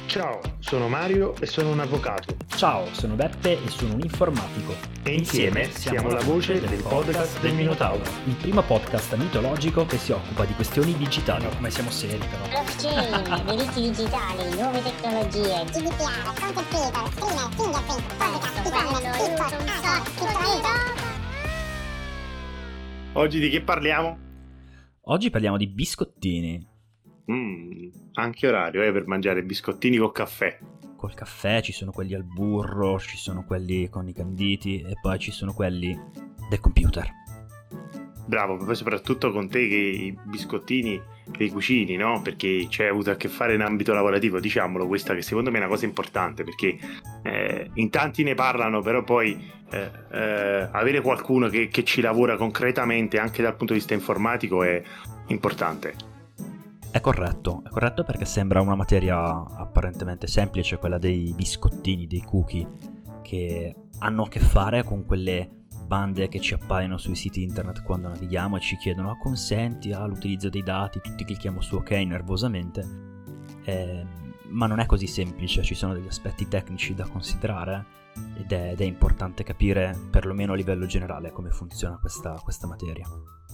Ciao, sono Mario e sono un avvocato. Ciao, sono Beppe e sono un informatico. E insieme siamo la voce del podcast del Minotauro. Il primo podcast mitologico che si occupa di questioni digitali. Come siamo seri però. Blockchain, diritti digitali, nuove tecnologie, GDPR, content creator, streamer, fingerprint, podcast, criptovalute. Oggi di che parliamo? Oggi parliamo di biscottini. Anche orario per mangiare biscottini con caffè. Col caffè ci sono quelli al burro, ci sono quelli con i canditi e poi ci sono quelli del computer. Bravo, poi soprattutto con te che i biscottini li cucini, no? Perché c'è avuto a che fare in ambito lavorativo, diciamolo, questa che secondo me è una cosa importante, perché in tanti ne parlano, però poi avere qualcuno che ci lavora concretamente anche dal punto di vista informatico è importante. È corretto perché sembra una materia apparentemente semplice, quella dei biscottini, dei cookie, che hanno a che fare con quelle bande che ci appaiono sui siti internet quando navighiamo e ci chiedono consenti all'utilizzo dei dati, tutti clicchiamo su ok nervosamente, ma non è così semplice, ci sono degli aspetti tecnici da considerare ed è importante capire perlomeno a livello generale come funziona questa materia.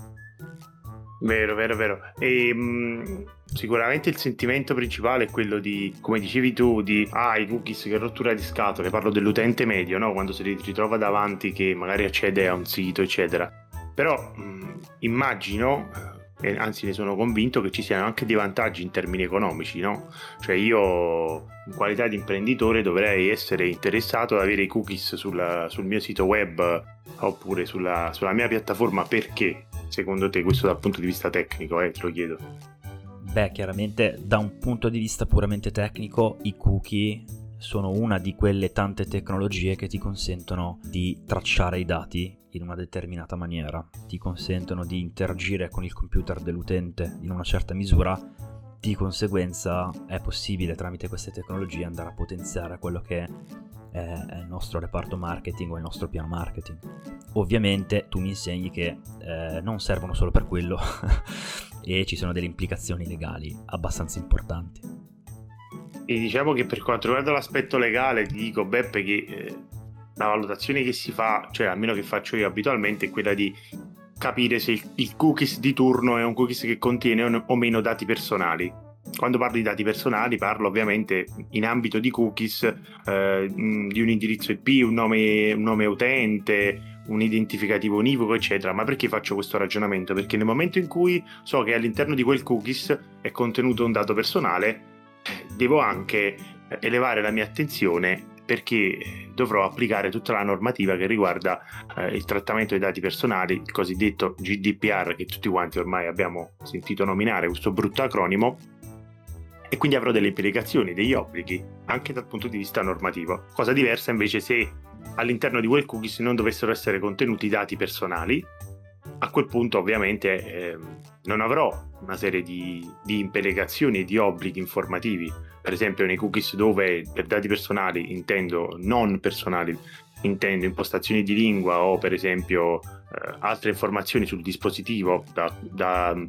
Vero. E sicuramente il sentimento principale è quello di, come dicevi tu, di i cookies, che rottura di scatole. Parlo dell'utente medio, no? Quando si ritrova davanti che magari accede a un sito, eccetera. Però immagino, e anzi ne sono convinto, che ci siano anche dei vantaggi in termini economici, no? Cioè io, in qualità di imprenditore, dovrei essere interessato ad avere i cookies sul mio sito web oppure sulla mia piattaforma. Perché? Secondo te, questo dal punto di vista tecnico, te lo chiedo. Beh, chiaramente da un punto di vista puramente tecnico i cookie sono una di quelle tante tecnologie che ti consentono di tracciare i dati in una determinata maniera, ti consentono di interagire con il computer dell'utente in una certa misura, di conseguenza è possibile tramite queste tecnologie andare a potenziare quello che è il nostro reparto marketing o il nostro piano marketing. Ovviamente tu mi insegni che non servono solo per quello e ci sono delle implicazioni legali abbastanza importanti. E diciamo che per quanto riguarda l'aspetto legale, ti dico, Beppe, che la valutazione che si fa, cioè almeno che faccio io abitualmente, è quella di capire se il cookies di turno è un cookies che contiene o meno dati personali. Quando parlo di dati personali parlo ovviamente in ambito di cookies di un indirizzo IP, un nome utente, un identificativo univoco, eccetera. Ma perché faccio questo ragionamento? Perché nel momento in cui so che all'interno di quel cookies è contenuto un dato personale, devo anche elevare la mia attenzione, perché dovrò applicare tutta la normativa che riguarda il trattamento dei dati personali, il cosiddetto GDPR, che tutti quanti ormai abbiamo sentito nominare, questo brutto acronimo, e quindi avrò delle implicazioni, degli obblighi anche dal punto di vista normativo. Cosa diversa invece se all'interno di quel cookies non dovessero essere contenuti dati personali. A quel punto ovviamente non avrò una serie di implicazioni e di obblighi informativi. Per esempio nei cookies dove per dati personali intendo non personali, intendo impostazioni di lingua o per esempio altre informazioni sul dispositivo dal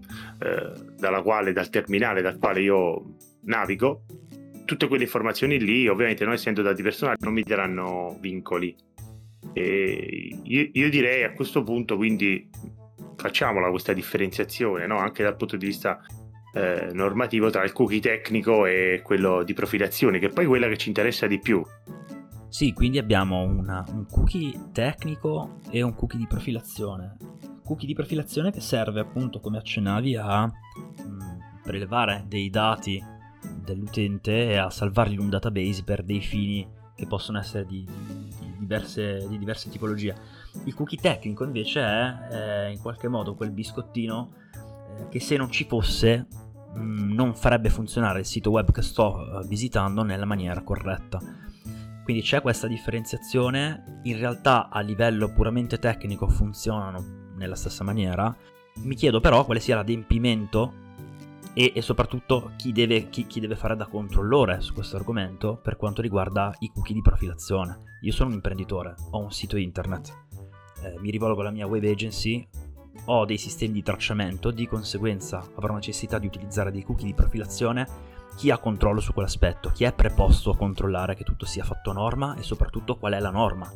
terminale dal quale io navigo, tutte quelle informazioni lì ovviamente, non essendo dati personali, non mi daranno vincoli. E io direi a questo punto, quindi facciamola questa differenziazione, no? Anche dal punto di vista normativo, tra il cookie tecnico e quello di profilazione, che è poi quella che ci interessa di più. Sì, quindi abbiamo un cookie tecnico e un cookie di profilazione. Cookie di profilazione che serve appunto, come accennavi, a prelevare dei dati dell'utente e a salvarli in un database per dei fini che possono essere di diverse tipologie. Il cookie tecnico invece è in qualche modo quel biscottino che se non ci fosse non farebbe funzionare il sito web che sto visitando nella maniera corretta. Quindi c'è questa differenziazione, in realtà a livello puramente tecnico funzionano nella stessa maniera. Mi chiedo però quale sia l'adempimento e soprattutto chi deve fare da controllore su questo argomento per quanto riguarda i cookie di profilazione. Io sono un imprenditore, ho un sito internet, mi rivolgo alla mia web agency, ho dei sistemi di tracciamento, di conseguenza avrò necessità di utilizzare dei cookie di profilazione chi ha controllo su quell'aspetto, chi è preposto a controllare che tutto sia fatto a norma e soprattutto qual è la norma.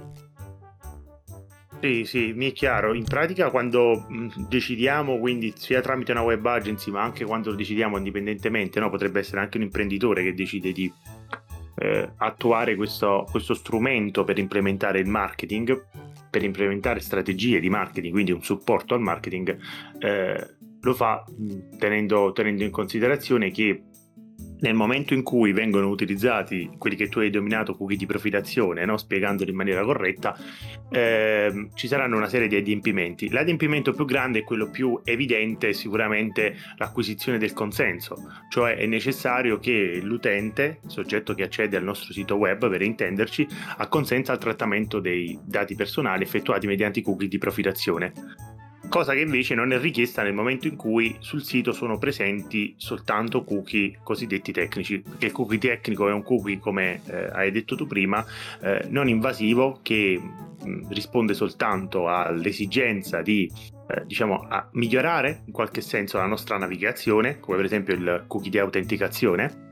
Sì, mi è chiaro. In pratica quando decidiamo, quindi sia tramite una web agency, ma anche quando lo decidiamo indipendentemente, no? Potrebbe essere anche un imprenditore che decide di attuare questo strumento per implementare il marketing, per implementare strategie di marketing, quindi un supporto al marketing, lo fa tenendo in considerazione che nel momento in cui vengono utilizzati quelli che tu hai denominato cookie di profilazione, no? Spiegandoli in maniera corretta, ci saranno una serie di adempimenti. L'adempimento più grande è quello più evidente, sicuramente l'acquisizione del consenso, cioè è necessario che l'utente, il soggetto che accede al nostro sito web, per intenderci, acconsenta al trattamento dei dati personali effettuati mediante i cookie di profilazione. Cosa che invece non è richiesta nel momento in cui sul sito sono presenti soltanto cookie cosiddetti tecnici, perché il cookie tecnico è un cookie, come hai detto tu prima, non invasivo, che risponde soltanto all'esigenza di a migliorare in qualche senso la nostra navigazione, come per esempio il cookie di autenticazione,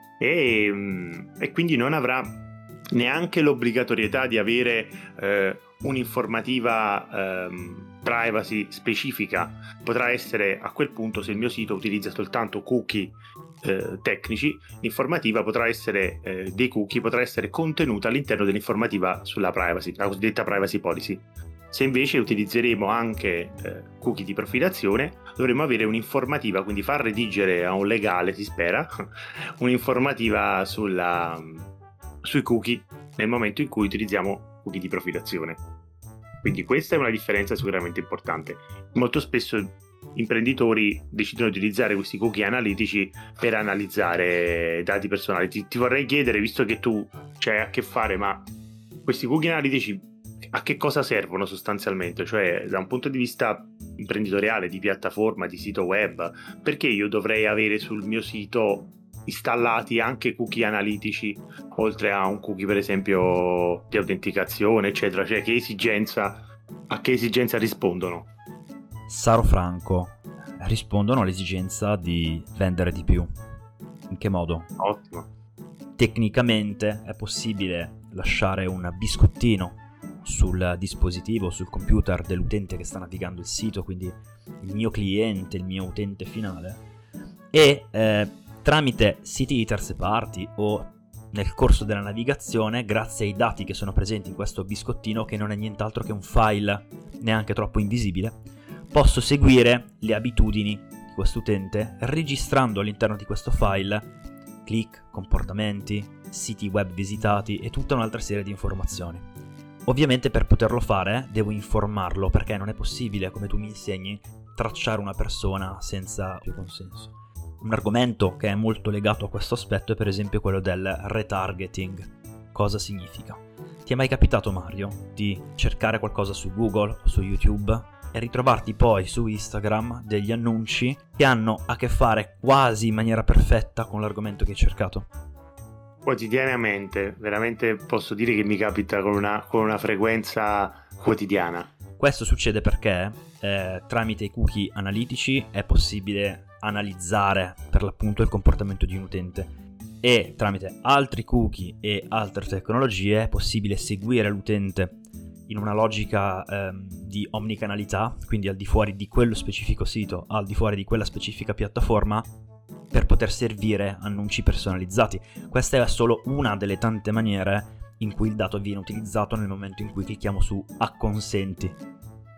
e quindi non avrà neanche l'obbligatorietà di avere un'informativa privacy specifica. Potrà essere, a quel punto, se il mio sito utilizza soltanto cookie tecnici, l'informativa potrà essere dei cookie, potrà essere contenuta all'interno dell'informativa sulla privacy, la cosiddetta privacy policy. Se invece utilizzeremo anche cookie di profilazione, dovremo avere un'informativa, quindi far redigere a un legale, si spera, un'informativa sui cookie nel momento in cui utilizziamo cookie di profilazione. Quindi questa è una differenza sicuramente importante. Molto spesso imprenditori decidono di utilizzare questi cookie analitici per analizzare dati personali. Ti vorrei chiedere, visto che tu c'hai a che fare, ma questi cookie analitici a che cosa servono sostanzialmente? Cioè, da un punto di vista imprenditoriale, di piattaforma, di sito web, perché io dovrei avere sul mio sito installati anche cookie analitici, oltre a un cookie per esempio di autenticazione, eccetera? Cioè, a che esigenza rispondono? Sarò franco, rispondono all'esigenza di vendere di più. In che modo? Ottimo. Tecnicamente è possibile lasciare un biscottino sul dispositivo, sul computer dell'utente che sta navigando il sito, quindi il mio cliente, il mio utente finale, e tramite siti di terze parti o nel corso della navigazione, grazie ai dati che sono presenti in questo biscottino, che non è nient'altro che un file neanche troppo invisibile, posso seguire le abitudini di quest'utente registrando all'interno di questo file click, comportamenti, siti web visitati e tutta un'altra serie di informazioni. Ovviamente per poterlo fare devo informarlo, perché non è possibile, come tu mi insegni, tracciare una persona senza più consenso. Un argomento che è molto legato a questo aspetto è per esempio quello del retargeting. Cosa significa? Ti è mai capitato, Mario, di cercare qualcosa su Google o su YouTube e ritrovarti poi su Instagram degli annunci che hanno a che fare quasi in maniera perfetta con l'argomento che hai cercato? Quotidianamente, veramente posso dire che mi capita con una frequenza quotidiana. Questo succede perché tramite i cookie analitici è possibile analizzare per l'appunto il comportamento di un utente, e tramite altri cookie e altre tecnologie è possibile seguire l'utente in una logica di omnicanalità, quindi al di fuori di quello specifico sito, al di fuori di quella specifica piattaforma, per poter servire annunci personalizzati. Questa è solo una delle tante maniere in cui il dato viene utilizzato nel momento in cui clicchiamo su acconsenti.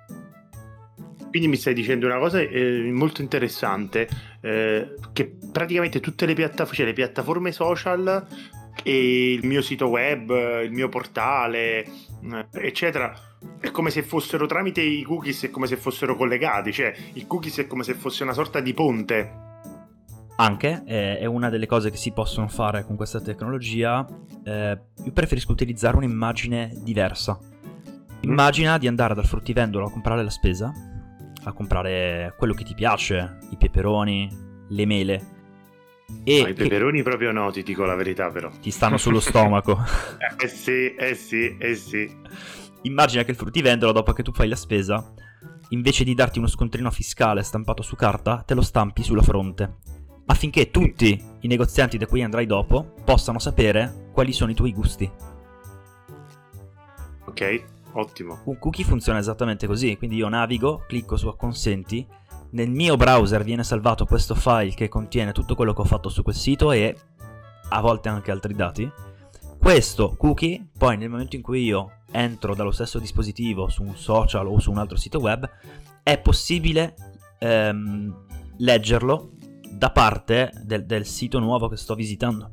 Quindi mi stai dicendo una cosa molto interessante, che praticamente tutte le piattaforme social e il mio sito web, il mio portale, eccetera, è come se fossero, tramite i cookies, è come se fossero collegati, cioè il cookies è come se fosse una sorta di ponte. Anche è una delle cose che si possono fare con questa tecnologia. Io preferisco utilizzare un'immagine diversa. Immagina di andare dal fruttivendolo a comprare la spesa, a comprare quello che ti piace, i peperoni, le mele. E i peperoni proprio no, ti dico la verità, però ti stanno sullo stomaco. sì. Immagina che il fruttivendolo, dopo che tu fai la spesa, invece di darti uno scontrino fiscale stampato su carta, te lo stampi sulla fronte. affinché tutti i negozianti da cui andrai dopo possano sapere quali sono i tuoi gusti. Ok, ottimo. Un cookie funziona esattamente così, quindi io navigo, clicco su acconsenti, nel mio browser viene salvato questo file che contiene tutto quello che ho fatto su quel sito e a volte anche altri dati. Questo cookie, poi nel momento in cui io entro dallo stesso dispositivo su un social o su un altro sito web, è possibile leggerlo da parte del sito nuovo che sto visitando.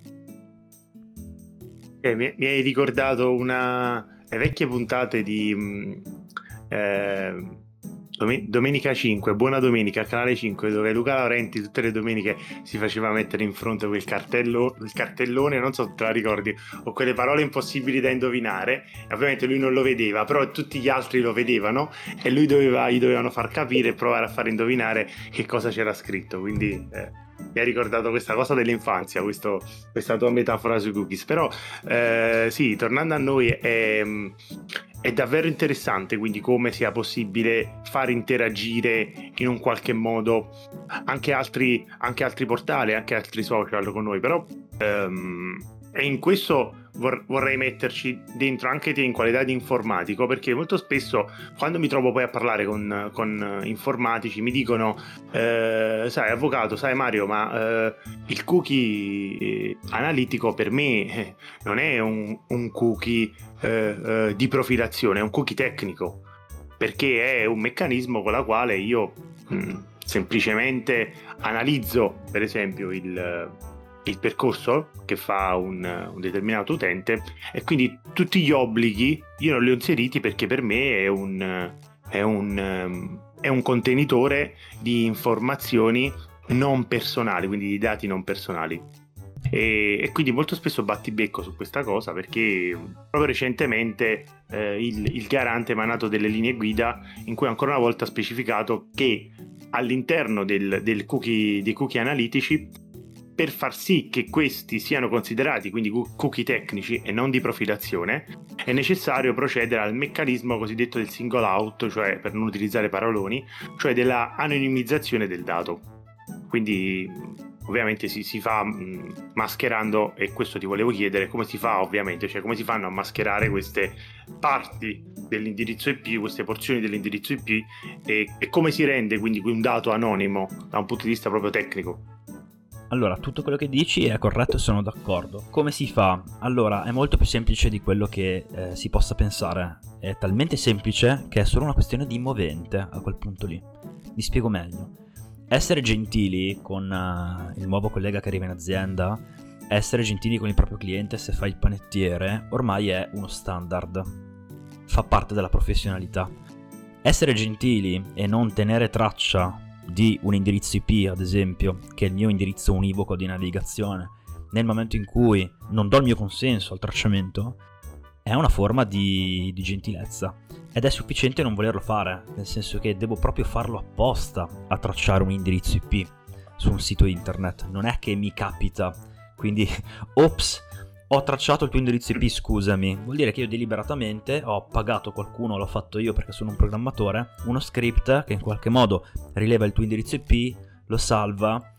Mi hai ricordato le vecchie puntate di Domenica 5, Buona Domenica, Canale 5, dove Luca Laurenti tutte le domeniche si faceva mettere in fronte quel cartellone, non so se te la ricordi, o quelle parole impossibili da indovinare. Ovviamente lui non lo vedeva, però tutti gli altri lo vedevano e gli dovevano far capire e provare a far indovinare che cosa c'era scritto. Quindi mi ha ricordato questa cosa dell'infanzia, questa tua metafora sui cookies. Però sì, tornando a noi, è davvero interessante quindi come sia possibile far interagire in un qualche modo anche altri portali, anche altri social con noi. Però e in questo vorrei metterci dentro anche te in qualità di informatico, perché molto spesso quando mi trovo poi a parlare con informatici mi dicono sai avvocato, sai Mario, ma il cookie analitico per me non è un cookie di profilazione, è un cookie tecnico, perché è un meccanismo con la quale io semplicemente analizzo per esempio il percorso che fa un determinato utente, e quindi tutti gli obblighi io non li ho inseriti perché per me è un contenitore di informazioni non personali, quindi di dati non personali. E quindi molto spesso battibecco su questa cosa, perché proprio recentemente il garante ha emanato delle linee guida in cui ancora una volta ha specificato che all'interno dei cookie analitici, per far sì che questi siano considerati quindi cookie tecnici e non di profilazione, è necessario procedere al meccanismo cosiddetto del single out, cioè, per non utilizzare paroloni, cioè della anonimizzazione del dato. Quindi ovviamente si fa mascherando, e questo ti volevo chiedere, come si fa ovviamente, cioè come si fanno a mascherare queste parti dell'indirizzo IP, queste porzioni dell'indirizzo IP, e come si rende quindi un dato anonimo da un punto di vista proprio tecnico. Allora, tutto quello che dici è corretto e sono d'accordo. Come si fa? Allora, è molto più semplice di quello che si possa pensare. È talmente semplice che è solo una questione di movente a quel punto lì. Vi spiego meglio. Essere gentili con il nuovo collega che arriva in azienda, essere gentili con il proprio cliente se fai il panettiere, ormai è uno standard. Fa parte della professionalità. Essere gentili e non tenere traccia di un indirizzo IP, ad esempio, che è il mio indirizzo univoco di navigazione, nel momento in cui non do il mio consenso al tracciamento, è una forma di gentilezza, ed è sufficiente non volerlo fare, nel senso che devo proprio farlo apposta a tracciare un indirizzo IP su un sito internet. Non è che mi capita, quindi ops, ho tracciato il tuo indirizzo IP, scusami. Vuol dire che io deliberatamente ho pagato qualcuno, l'ho fatto io perché sono un programmatore, uno script che in qualche modo rileva il tuo indirizzo IP, lo salva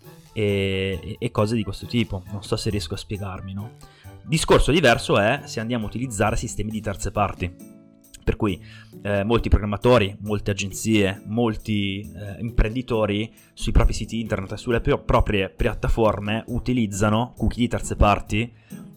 e cose di questo tipo. Non so se riesco a spiegarmi, no? Discorso diverso è se andiamo a utilizzare sistemi di terze parti, per cui molti programmatori, molte agenzie, molti imprenditori sui propri siti internet e sulle proprie piattaforme utilizzano cookie di terze parti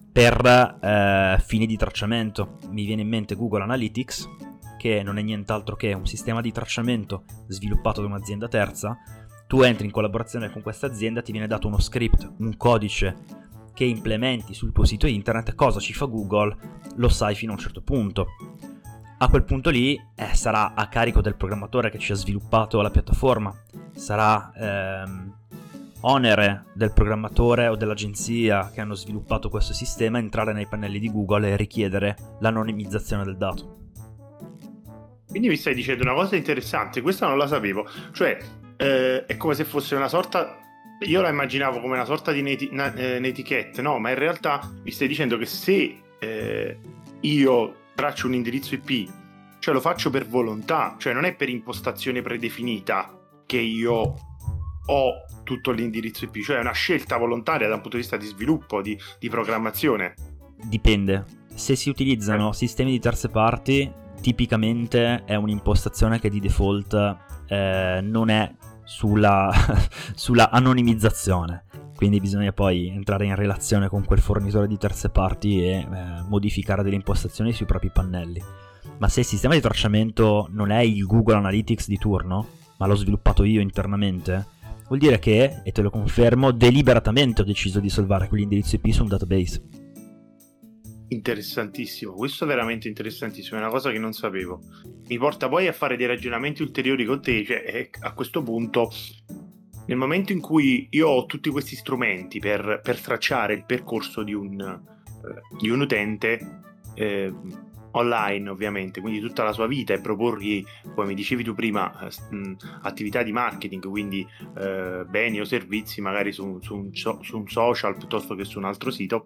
per fini di tracciamento. Mi viene in mente Google Analytics, che non è nient'altro che un sistema di tracciamento sviluppato da un'azienda terza. Tu entri in collaborazione con questa azienda, ti viene dato uno script, un codice che implementi sul tuo sito internet. Cosa ci fa Google? Lo sai fino a un certo punto. A quel punto lì sarà a carico del programmatore che ci ha sviluppato la piattaforma, sarà onere del programmatore o dell'agenzia che hanno sviluppato questo sistema entrare nei pannelli di Google e richiedere l'anonimizzazione del dato. Quindi mi stai dicendo una cosa interessante, questa non la sapevo, cioè è come se fosse una sorta, io la immaginavo come una sorta di netiquette, no? Ma in realtà mi stai dicendo che se io traccio un indirizzo IP, cioè lo faccio per volontà, cioè non è per impostazione predefinita che io ho tutto l'indirizzo IP, cioè è una scelta volontaria da un punto di vista di sviluppo, di programmazione? Dipende. Se si utilizzano sistemi di terze parti, tipicamente è un'impostazione che di default non è sulla anonimizzazione, quindi bisogna poi entrare in relazione con quel fornitore di terze parti e modificare delle impostazioni sui propri pannelli. Ma se il sistema di tracciamento non è il Google Analytics di turno, ma l'ho sviluppato io internamente, vuol dire che, e te lo confermo, deliberatamente ho deciso di salvare quell'indirizzo IP su un database. Interessantissimo, questo è veramente interessantissimo, è una cosa che non sapevo. Mi porta poi a fare dei ragionamenti ulteriori con te, cioè a questo punto, nel momento in cui io ho tutti questi strumenti per tracciare il percorso di un utente online, ovviamente, quindi tutta la sua vita, e proporgli, come mi dicevi tu prima, attività di marketing, quindi beni o servizi magari su un social piuttosto che su un altro sito,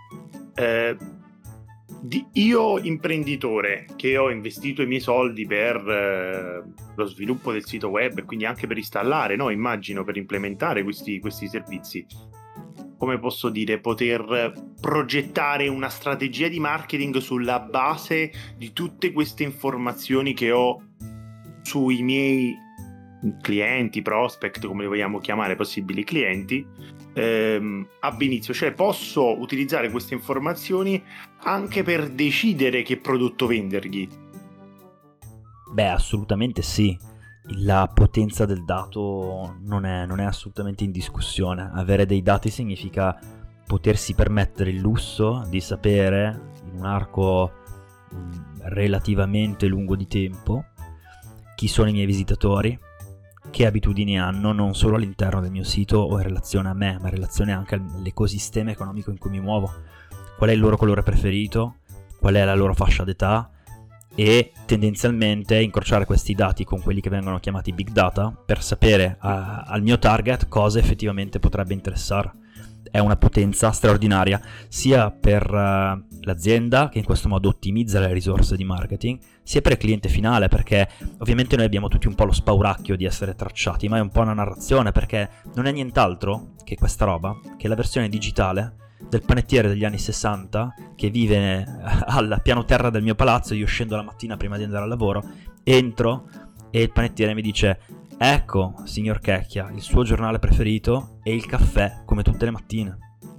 io imprenditore che ho investito i miei soldi per lo sviluppo del sito web e quindi anche per installare, no, immagino per implementare questi servizi, come posso dire, poter progettare una strategia di marketing sulla base di tutte queste informazioni che ho sui miei clienti, prospect, come li vogliamo chiamare, possibili clienti, ab inizio, cioè posso utilizzare queste informazioni anche per decidere che prodotto vendergli? Beh, assolutamente sì. La potenza del dato non è assolutamente in discussione. Avere dei dati significa potersi permettere il lusso di sapere in un arco relativamente lungo di tempo chi sono i miei visitatori, che abitudini hanno, non solo all'interno del mio sito o in relazione a me, ma in relazione anche all'ecosistema economico in cui mi muovo, qual è il loro colore preferito, qual è la loro fascia d'età, e tendenzialmente incrociare questi dati con quelli che vengono chiamati big data per sapere al mio target cosa effettivamente potrebbe interessare. È una potenza straordinaria sia per l'azienda, che in questo modo ottimizza le risorse di marketing, sia per il cliente finale, perché ovviamente noi abbiamo tutti un po' lo spauracchio di essere tracciati, ma è un po' una narrazione, perché non è nient'altro che questa roba, che la versione digitale del panettiere degli anni 60 che vive al piano terra del mio palazzo. Io scendo la mattina prima di andare al lavoro, entro e il panettiere mi dice: ecco, signor Checchia, il suo giornale preferito e il caffè come tutte le mattine.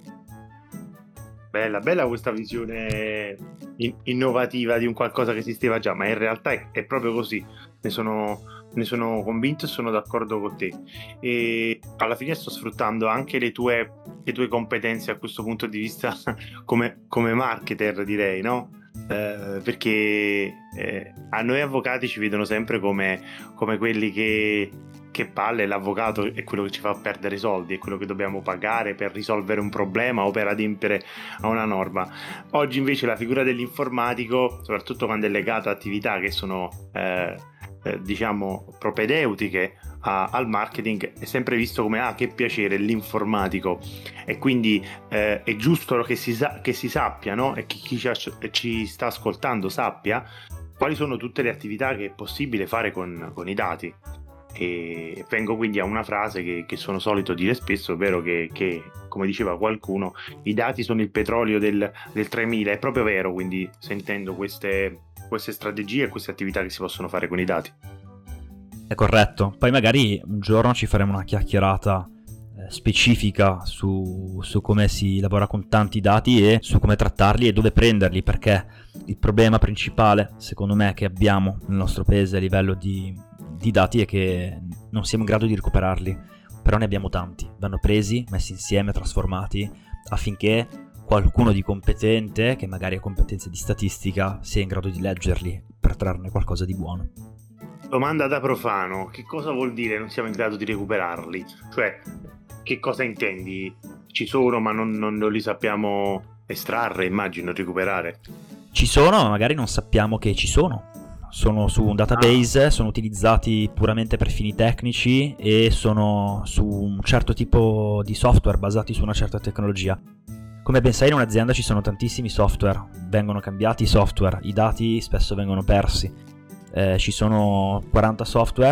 Bella questa visione innovativa di un qualcosa che esisteva già, ma in realtà è proprio così. Ne sono convinto e sono d'accordo con te. E alla fine sto sfruttando anche le tue competenze a questo punto di vista come marketer, direi, no? Perché a noi avvocati ci vedono sempre come quelli che palle, l'avvocato è quello che ci fa perdere soldi, è quello che dobbiamo pagare per risolvere un problema o per adempiere a una norma. Oggi invece la figura dell'informatico, soprattutto quando è legata a attività che sono diciamo propedeutiche al marketing, è sempre visto come che piacere l'informatico, e quindi è giusto che si sappia, no? E che chi ci sta ascoltando sappia quali sono tutte le attività che è possibile fare con i dati. E vengo quindi a una frase che sono solito dire spesso, ovvero che come diceva qualcuno, i dati sono il petrolio del 3000. È proprio vero, quindi sentendo queste strategie e queste attività che si possono fare con i dati. È corretto. Poi magari un giorno ci faremo una chiacchierata specifica su come si lavora con tanti dati e su come trattarli e dove prenderli, perché il problema principale, secondo me, che abbiamo nel nostro paese a livello di dati è che non siamo in grado di recuperarli, però ne abbiamo tanti, vanno presi, messi insieme, trasformati, affinché qualcuno di competente, che magari ha competenze di statistica, sia in grado di leggerli per trarne qualcosa di buono. Domanda da profano: che cosa vuol dire non siamo in grado di recuperarli? Cioè, che cosa intendi? Ci sono ma non li sappiamo estrarre, immagino, recuperare. Ci sono, ma magari non sappiamo che ci sono. Sono su un database, sono utilizzati puramente per fini tecnici e sono su un certo tipo di software basati su una certa tecnologia. Come ben sai, in un'azienda ci sono tantissimi software, vengono cambiati i software, i dati spesso vengono persi. Ci sono 40 software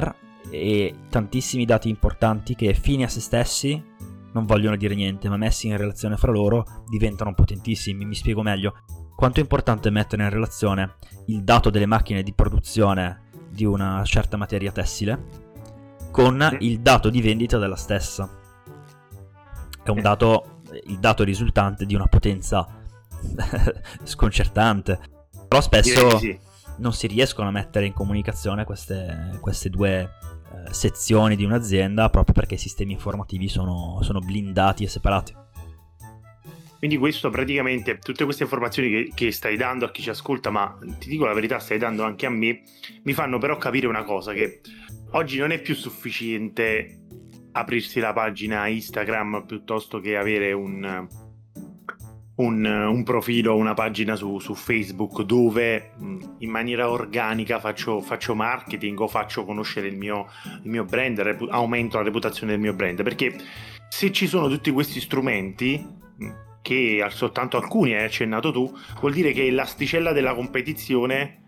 e tantissimi dati importanti che fini a se stessi non vogliono dire niente, ma messi in relazione fra loro diventano potentissimi. Mi spiego meglio. Quanto è importante mettere in relazione il dato delle macchine di produzione di una certa materia tessile con il dato di vendita della stessa. È un dato, il dato risultante di una potenza sconcertante. Però spesso non si riescono a mettere in comunicazione queste due sezioni di un'azienda, proprio perché i sistemi informativi sono blindati e separati. Quindi questo praticamente, tutte queste informazioni che stai dando a chi ci ascolta, ma ti dico la verità, stai dando anche a me, mi fanno però capire una cosa, che oggi non è più sufficiente aprirsi la pagina Instagram piuttosto che avere un profilo, una pagina su Facebook dove in maniera organica faccio marketing o faccio conoscere il mio brand, aumento la reputazione del mio brand, perché se ci sono tutti questi strumenti, che soltanto alcuni hai accennato tu, vuol dire che l'asticella della competizione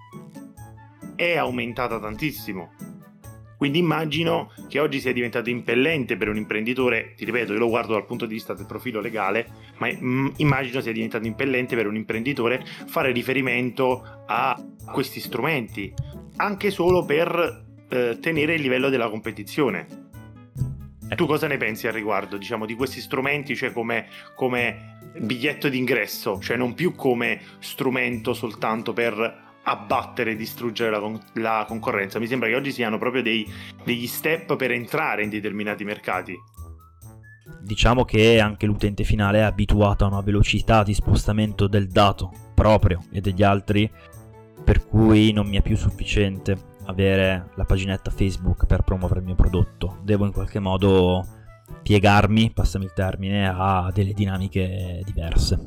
è aumentata tantissimo. Quindi immagino che oggi sia diventato impellente per un imprenditore, ti ripeto, io lo guardo dal punto di vista del profilo legale, ma immagino sia diventato impellente per un imprenditore fare riferimento a questi strumenti, anche solo per tenere il livello della competizione. Tu cosa ne pensi al riguardo, diciamo, di questi strumenti, cioè come biglietto d'ingresso, cioè non più come strumento soltanto per abbattere e distruggere la concorrenza? Mi sembra che oggi siano proprio degli step per entrare in determinati mercati. Diciamo che anche l'utente finale è abituato a una velocità di spostamento del dato proprio e degli altri, per cui non mi è più sufficiente avere la paginetta Facebook per promuovere il mio prodotto. Devo in qualche modo piegarmi, passami il termine, a delle dinamiche diverse.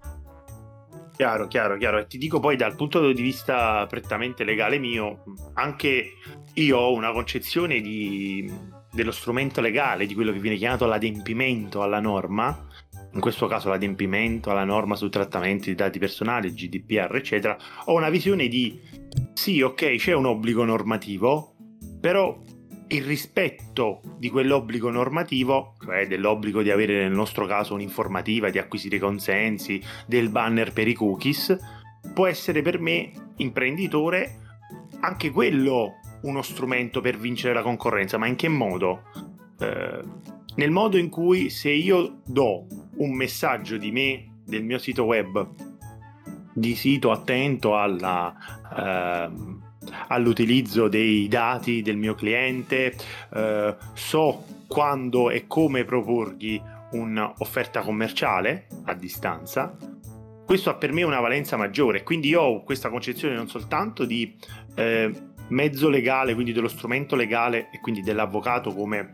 Chiaro. E ti dico poi, dal punto di vista prettamente legale mio, anche io ho una concezione dello strumento legale, di quello che viene chiamato l'adempimento alla norma, in questo caso l'adempimento alla norma sul trattamento di dati personali, GDPR, eccetera. Ho una visione di sì, ok, c'è un obbligo normativo, però il rispetto di quell'obbligo normativo, cioè dell'obbligo di avere nel nostro caso un'informativa, di acquisire consensi, del banner per i cookies, può essere per me, imprenditore, anche quello uno strumento per vincere la concorrenza. Ma in che modo? Nel modo in cui, se io do un messaggio di me, del mio sito web, di sito attento all'utilizzo dei dati del mio cliente, so quando e come proporgli un'offerta commerciale a distanza, questo ha per me una valenza maggiore. Quindi io ho questa concezione non soltanto di mezzo legale, quindi dello strumento legale e quindi dell'avvocato come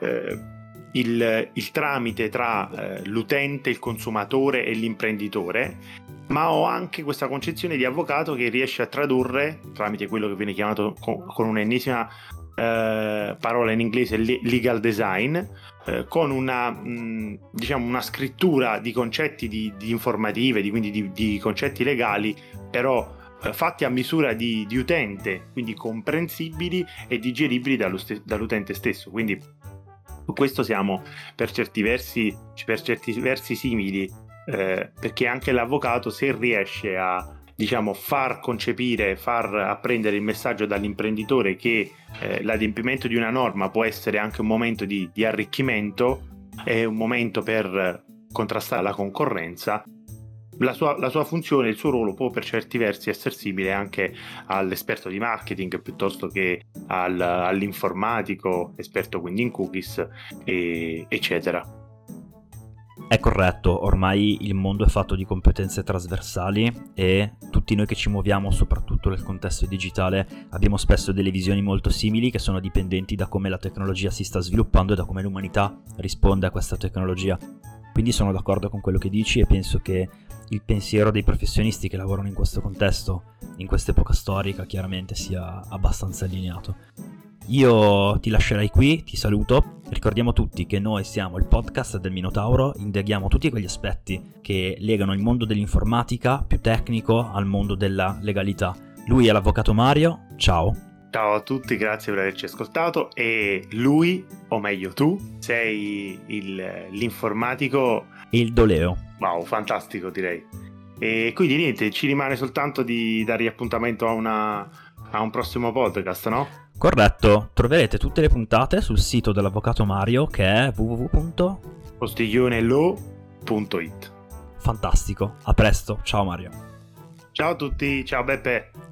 il tramite tra l'utente, il consumatore e l'imprenditore, ma ho anche questa concezione di avvocato che riesce a tradurre, tramite quello che viene chiamato con un'ennesima parola in inglese, legal design, con una scrittura di concetti di informative, quindi di concetti legali, però fatti a misura di utente, quindi comprensibili e digeribili dall'utente stesso. Quindi su questo siamo per certi versi simili, perché anche l'avvocato, se riesce a far concepire, far apprendere il messaggio dall'imprenditore che l'adempimento di una norma può essere anche un momento di arricchimento, è un momento per contrastare la concorrenza, la sua funzione, il suo ruolo può per certi versi essere simile anche all'esperto di marketing piuttosto che all'informatico, esperto quindi in cookies, eccetera. È corretto, ormai il mondo è fatto di competenze trasversali e tutti noi che ci muoviamo, soprattutto nel contesto digitale, abbiamo spesso delle visioni molto simili che sono dipendenti da come la tecnologia si sta sviluppando e da come l'umanità risponde a questa tecnologia. Quindi sono d'accordo con quello che dici e penso che il pensiero dei professionisti che lavorano in questo contesto, in quest'epoca storica, chiaramente sia abbastanza allineato. Io ti lascerei qui, ti saluto. Ricordiamo tutti che noi siamo il podcast del Minotauro, indaghiamo tutti quegli aspetti che legano il mondo dell'informatica più tecnico al mondo della legalità. Lui è l'avvocato Mario, ciao. Ciao a tutti, grazie per averci ascoltato. E lui, o meglio tu, sei l'informatico. Il Doleo. Wow, fantastico direi. E quindi niente, ci rimane soltanto di dargli appuntamento a un prossimo podcast, no? Corretto, troverete tutte le puntate sul sito dell'Avvocato Mario, che è postiglionelo.it. Fantastico, a presto, ciao Mario. Ciao a tutti, ciao Beppe.